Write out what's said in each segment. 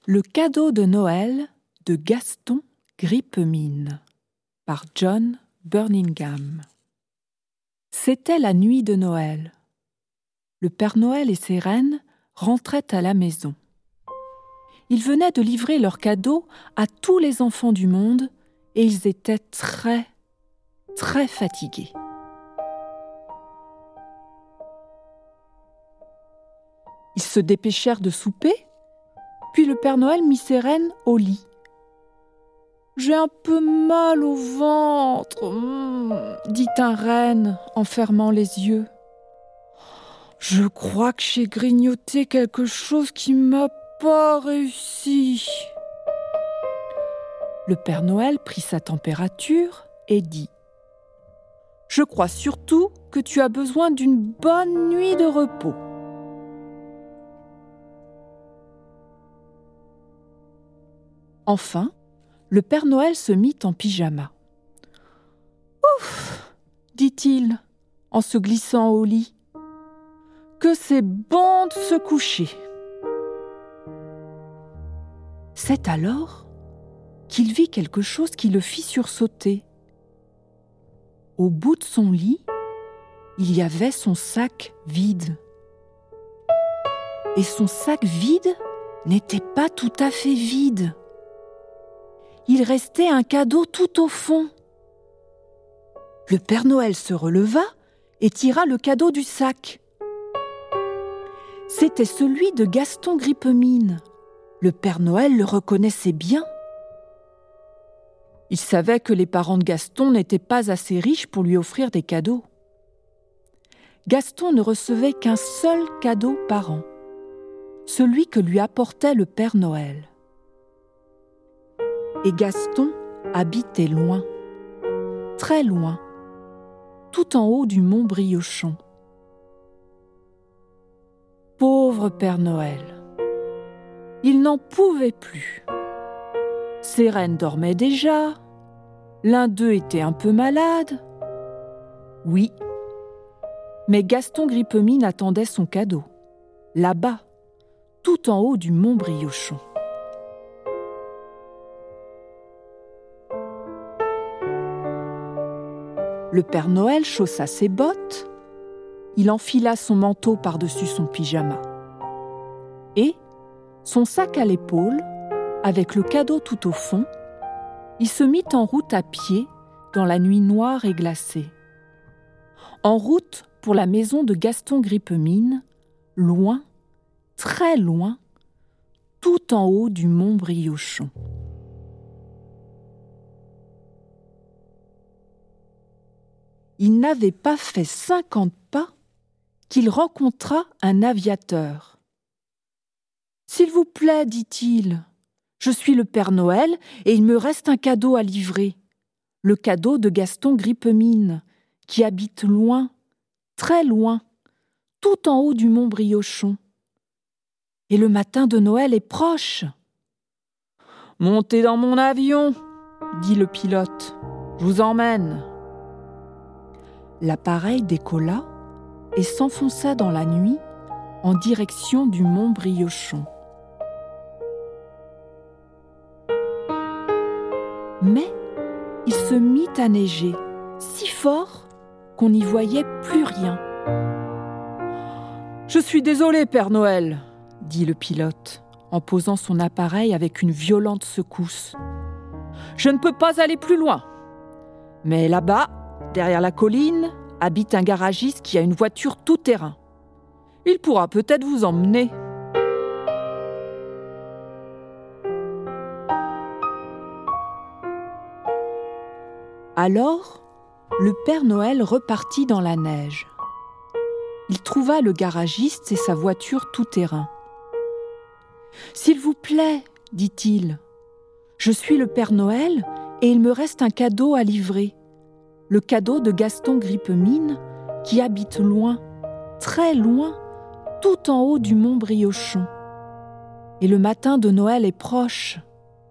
Le cadeau de Noël de Gaston Gripemine par John Burningham. C'était la nuit de Noël. Le Père Noël et ses reines rentraient à la maison. Ils venaient de livrer leurs cadeaux à tous les enfants du monde et ils étaient très fatigués. Ils se dépêchèrent de souper, puis le Père Noël mit ses reines au lit. « J'ai un peu mal au ventre, dit un renne en fermant les yeux. « Je crois que j'ai grignoté quelque chose qui m'a pas réussi. » Le Père Noël prit sa température et dit « Je crois surtout que tu as besoin d'une bonne nuit de repos. » Enfin, le Père Noël se mit en pyjama. « Ouf !» dit-il en se glissant au lit. « Que c'est bon de se coucher !» C'est alors qu'il vit quelque chose qui le fit sursauter. Au bout de son lit, il y avait son sac vide. Et son sac vide n'était pas tout à fait vide. Il restait un cadeau tout au fond. Le Père Noël se releva et tira le cadeau du sac. C'était celui de Gaston Gripemine. Le Père Noël le reconnaissait bien. Il savait que les parents de Gaston n'étaient pas assez riches pour lui offrir des cadeaux. Gaston ne recevait qu'un seul cadeau par an, celui que lui apportait le Père Noël. Et Gaston habitait loin, très loin, tout en haut du mont Briochon. Pauvre Père Noël, il n'en pouvait plus. Ses reines dormaient déjà, l'un d'eux était un peu malade. Oui, mais Gaston Gripemine attendait son cadeau, là-bas, tout en haut du mont Briochon. Le Père Noël chaussa ses bottes, il enfila son manteau par-dessus son pyjama. Et, son sac à l'épaule, avec le cadeau tout au fond, il se mit en route à pied dans la nuit noire et glacée. En route pour la maison de Gaston Gripemine, loin, très loin, tout en haut du mont Briochon. Il n'avait pas fait 50 pas qu'il rencontra un aviateur. « S'il vous plaît, dit-il, je suis le Père Noël et il me reste un cadeau à livrer, le cadeau de Gaston Gripemine, qui habite loin, très loin, tout en haut du mont Briochon. Et le matin de Noël est proche. »« Montez dans mon avion, dit le pilote, je vous emmène. » L'appareil décolla et s'enfonça dans la nuit en direction du mont Briochon. Mais il se mit à neiger si fort qu'on n'y voyait plus rien. « Je suis désolé, Père Noël, » dit le pilote en posant son appareil avec une violente secousse. « Je ne peux pas aller plus loin. Mais là-bas, derrière la colline, habite un garagiste qui a une voiture tout-terrain. Il pourra peut-être vous emmener. » Alors, le Père Noël repartit dans la neige. Il trouva le garagiste et sa voiture tout-terrain. « S'il vous plaît, dit-il, je suis le Père Noël et il me reste un cadeau à livrer. Le cadeau de Gaston Gripemine, qui habite loin, très loin, tout en haut du mont Briochon. Et le matin de Noël est proche. »«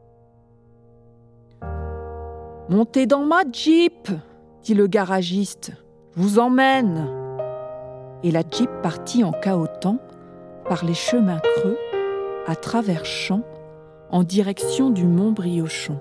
Montez dans ma Jeep, dit le garagiste, je vous emmène. » Et la Jeep partit en cahotant par les chemins creux, à travers champs, en direction du mont Briochon.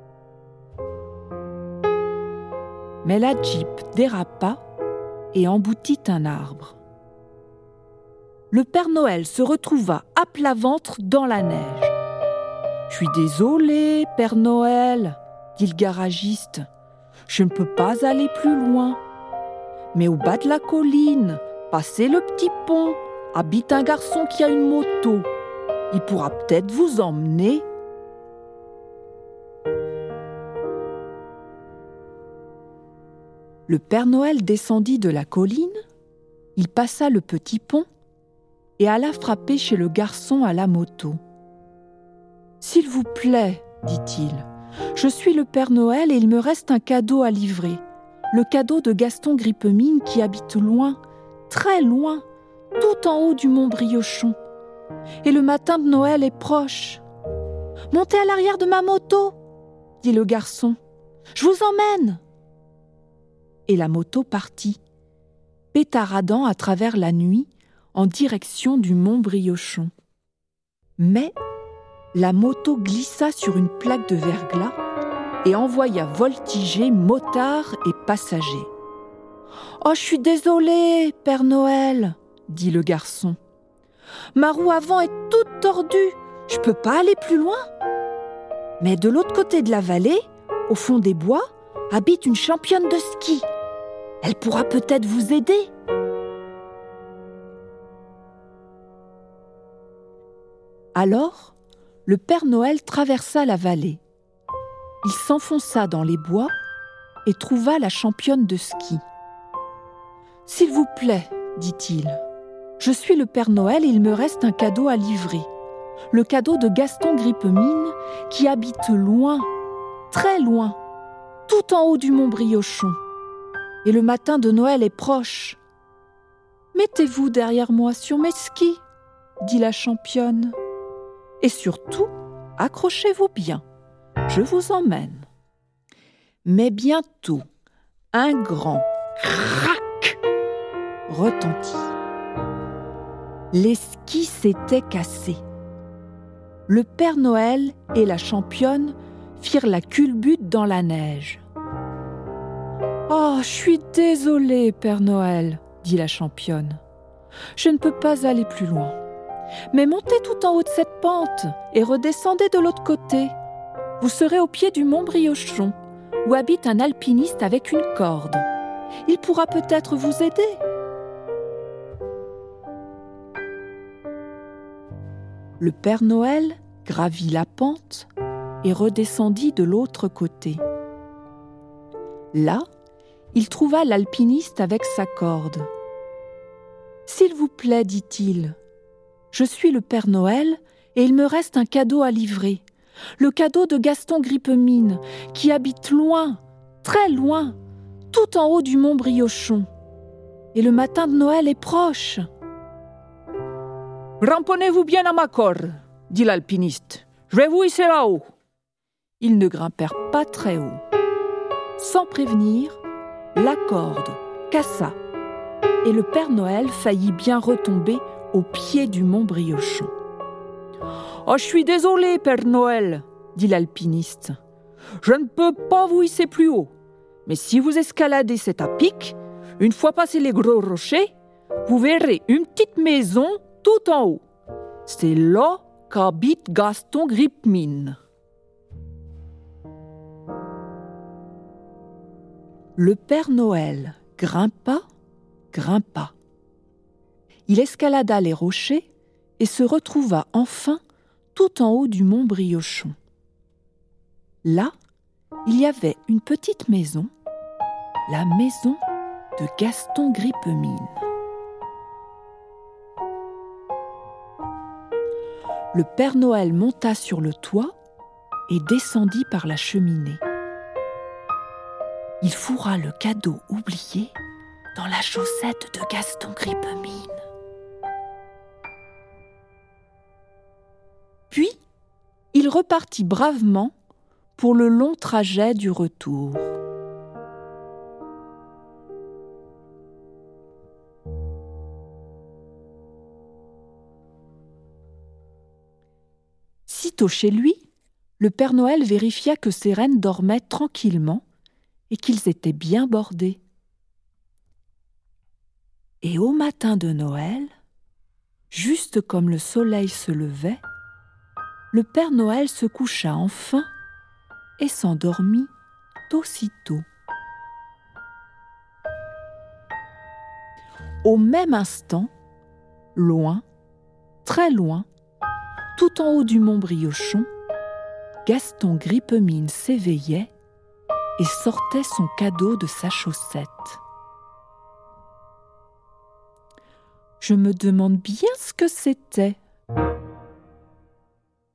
Mais la Jeep dérapa et emboutit un arbre. Le Père Noël se retrouva à plat ventre dans la neige. « Je suis désolé, Père Noël, » dit le garagiste. « Je ne peux pas aller plus loin. Mais au bas de la colline, passez le petit pont, habite un garçon qui a une moto. Il pourra peut-être vous emmener. » Le Père Noël descendit de la colline, il passa le petit pont et alla frapper chez le garçon à la moto. « S'il vous plaît, dit-il, je suis le Père Noël et il me reste un cadeau à livrer. Le cadeau de Gaston Grippemine qui habite loin, très loin, tout en haut du mont Briochon. Et le matin de Noël est proche. « Montez à l'arrière de ma moto, dit le garçon. Je vous emmène. » Et la moto partit, pétaradant à travers la nuit en direction du mont Briochon. Mais la moto glissa sur une plaque de verglas et envoya voltiger motards et passagers. « Oh, je suis désolé, Père Noël, » dit le garçon. « Ma roue avant est toute tordue, je peux pas aller plus loin. Mais de l'autre côté de la vallée, au fond des bois, habite une championne de ski. Elle pourra peut-être vous aider. » Alors, le Père Noël traversa la vallée. Il s'enfonça dans les bois et trouva la championne de ski. « S'il vous plaît, dit-il, je suis le Père Noël et il me reste un cadeau à livrer. Le cadeau de Gaston Grippemine qui habite loin, très loin, tout en haut du mont Briochon. Et le matin de Noël est proche. Mettez-vous derrière moi sur mes skis, dit la championne. Et surtout, accrochez-vous bien, je vous emmène. » Mais bientôt, un grand crac retentit. Les skis s'étaient cassés. Le Père Noël et la championne firent la culbute dans la neige. « Oh, je suis désolée, Père Noël, » dit la championne. « Je ne peux pas aller plus loin. Mais montez tout en haut de cette pente et redescendez de l'autre côté. Vous serez au pied du mont Briochon, où habite un alpiniste avec une corde. Il pourra peut-être vous aider. » Le Père Noël gravit la pente et redescendit de l'autre côté. Là, il trouva l'alpiniste avec sa corde. « S'il vous plaît, dit-il, je suis le Père Noël et il me reste un cadeau à livrer. Le cadeau de Gaston Grippemine qui habite loin, très loin, tout en haut du mont Briochon. Et le matin de Noël est proche. » « Ramponnez-vous bien à ma corde, dit l'alpiniste. Je vais vous hisser là-haut. » Ils ne grimpèrent pas très haut. Sans prévenir, la corde cassa et le Père Noël faillit bien retomber au pied du mont Briochon. « Oh, je suis désolé, Père Noël, dit l'alpiniste. Je ne peux pas vous hisser plus haut. Mais si vous escaladez cet à pic, une fois passé les gros rochers, vous verrez une petite maison tout en haut. C'est là qu'habite Gaston Grippemine. » Le Père Noël grimpa. Il escalada les rochers et se retrouva enfin tout en haut du mont Briochon. Là, il y avait une petite maison, la maison de Gaston Grippemine. Le Père Noël monta sur le toit et descendit par la cheminée. Il fourra le cadeau oublié dans la chaussette de Gaston Grippemine. Puis, il repartit bravement pour le long trajet du retour. Sitôt chez lui, le Père Noël vérifia que ses rennes dormaient tranquillement et qu'ils étaient bien bordés. Et au matin de Noël, juste comme le soleil se levait, le Père Noël se coucha enfin et s'endormit aussitôt. Au même instant, loin, très loin, tout en haut du mont Briochon, Gaston Grippemine s'éveillait et sortait son cadeau de sa chaussette. « Je me demande bien ce que c'était, »